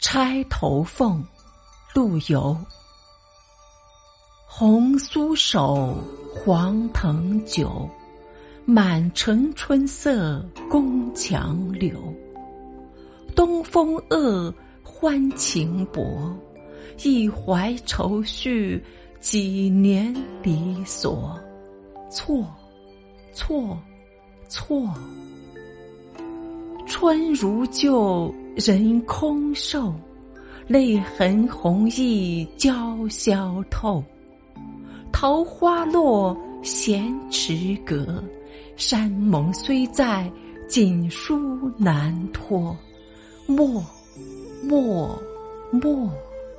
钗头凤，陆游。红酥手，黄藤酒，满城春色宫墙柳。东风恶，欢情薄，一怀愁绪，几年离索。错，错，错。春如旧，人空瘦，泪痕红浥鲛绡透。桃花落，闲池阁，山盟虽在，锦书难托。莫，莫，莫。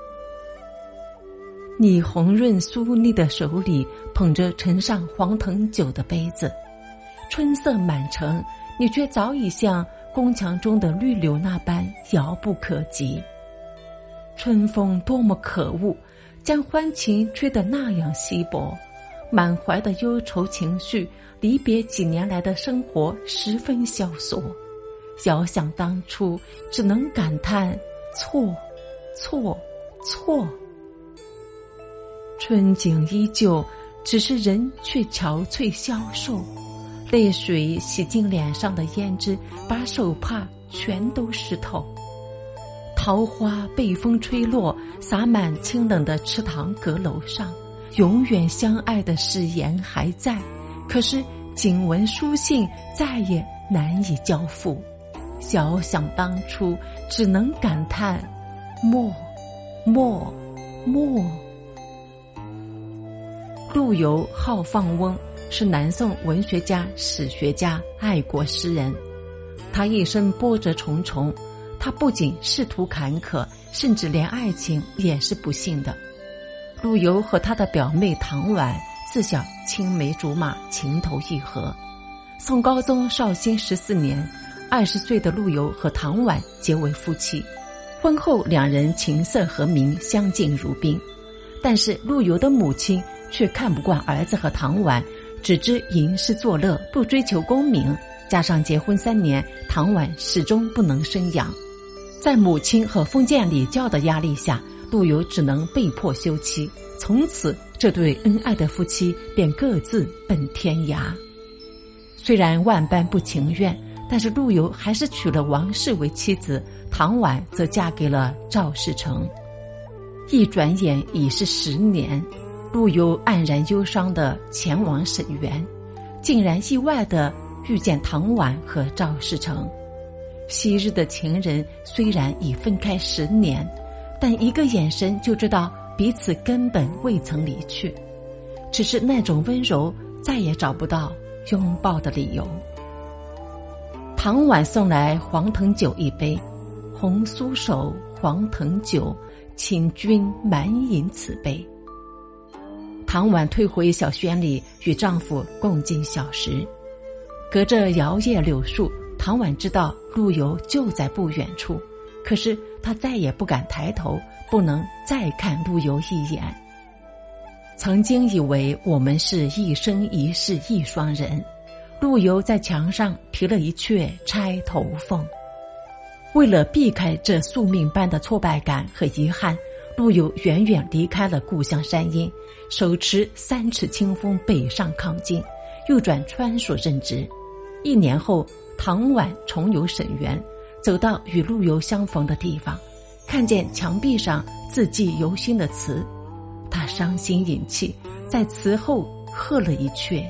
你红润酥腻的手里捧着盛上黄藤酒的杯子，春色满城，你却早已像宫墙中的绿柳那般遥不可及。春风多么可恶，将欢情吹得那样稀薄，满怀的忧愁情绪，离别几年来的生活十分萧索。遥想当初，只能感叹错，错，错。春景依旧，只是人却憔悴消瘦，泪水洗净脸上的胭脂，把手帕全都湿透。桃花被风吹落，洒满清冷的池塘阁楼上。永远相爱的誓言还在，可是锦文书信再也难以交付。遥想当初，只能感叹莫，莫，莫。陆游号放翁，是南宋文学家、史学家、爱国诗人。他一生波折重重，他不仅仕途坎坷，甚至连爱情也是不幸的。陆游和他的表妹唐婉自小青梅竹马，情投意合。宋高宗绍兴14年，20岁的陆游和唐婉结为夫妻。婚后两人琴瑟和鸣，相敬如宾。但是陆游的母亲却看不惯儿子和唐婉，只知吟诗作乐，不追求功名。加上结婚3年，唐婉始终不能生养。在母亲和封建礼教的压力下，陆游只能被迫休妻。从此这对恩爱的夫妻便各自奔天涯。虽然万般不情愿，但是陆游还是娶了王氏为妻子，唐婉则嫁给了赵世成。一转眼已是10年，陆游黯然忧伤地前往沈园，竟然意外地遇见唐婉和赵世成。昔日的情人虽然已分开10年，但一个眼神就知道彼此根本未曾离去，只是那种温柔再也找不到拥抱的理由。唐婉送来黄藤酒一杯，红酥手，黄藤酒，请君满饮此杯。唐婉退回小轩里，与丈夫共进小食。隔着摇曳柳树，唐婉知道陆游就在不远处，可是她再也不敢抬头，不能再看陆游一眼。曾经以为我们是一生一世一双人，陆游在墙上题了一阙钗头凤。为了避开这宿命般的挫败感和遗憾，陆游远远离开了故乡山阴，手持3尺清风北上抗金，又转川所任职。1年后，唐婉重游沈园，走到与陆游相逢的地方，看见墙壁上字迹犹新的词，他伤心引泣，在词后喝了一阙：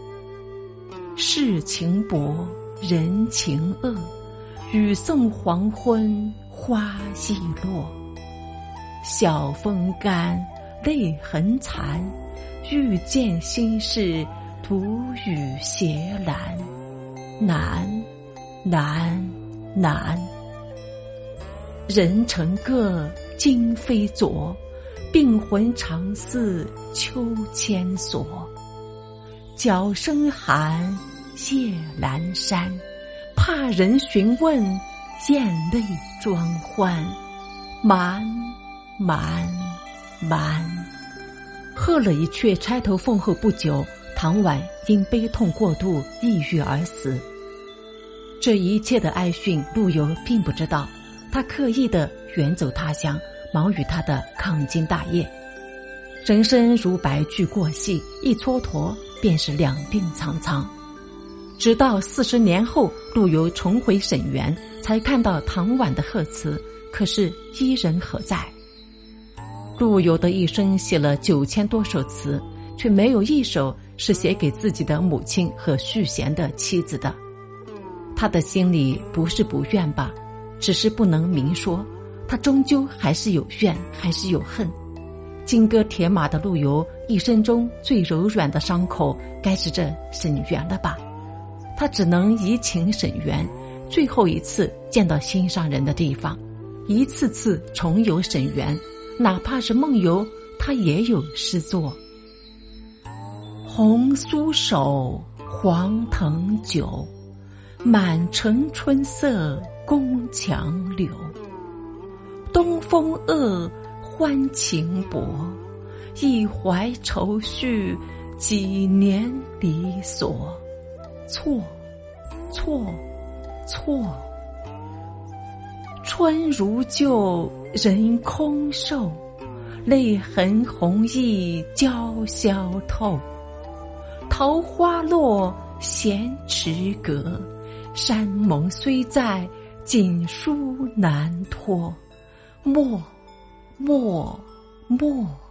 世情薄，人情恶，雨送黄昏，花易落。晓风干，泪痕残，欲见心事，独语斜阑。难，难，难。人成各，今非昨，病魂常似秋千索。角声寒，夜阑珊，怕人询问，眼泪装欢。满，满，满。喝了一阙钗头凤后不久，唐婉因悲痛过度抑郁而死。这一切的哀讯，陆游并不知道。 他刻意地远走他乡，忙于他的抗金大业。人生如白驹过隙，一蹉跎便是两鬓苍苍。直到40年后，陆游重回沈园，才看到唐婉的贺词，可是伊人何在？陆游的一生写了9000多首词，却没有一首是写给自己的母亲和续弦的妻子的。他的心里不是不怨吧，只是不能明说，他终究还是有怨，还是有恨。金戈铁马的陆游一生中最柔软的伤口，该是这沈园了吧？他只能移情沈园，最后一次见到心上人的地方，一次次重游沈园，哪怕是梦游，他也有诗作。红酥手，黄藤酒，满城春色宫墙柳。东风恶，欢情薄，一怀愁绪，几年离索。错，错，错。春如旧，人空瘦，泪痕红浥鲛绡透。桃花落，闲池阁，山盟虽在，锦书难托。莫，莫，莫。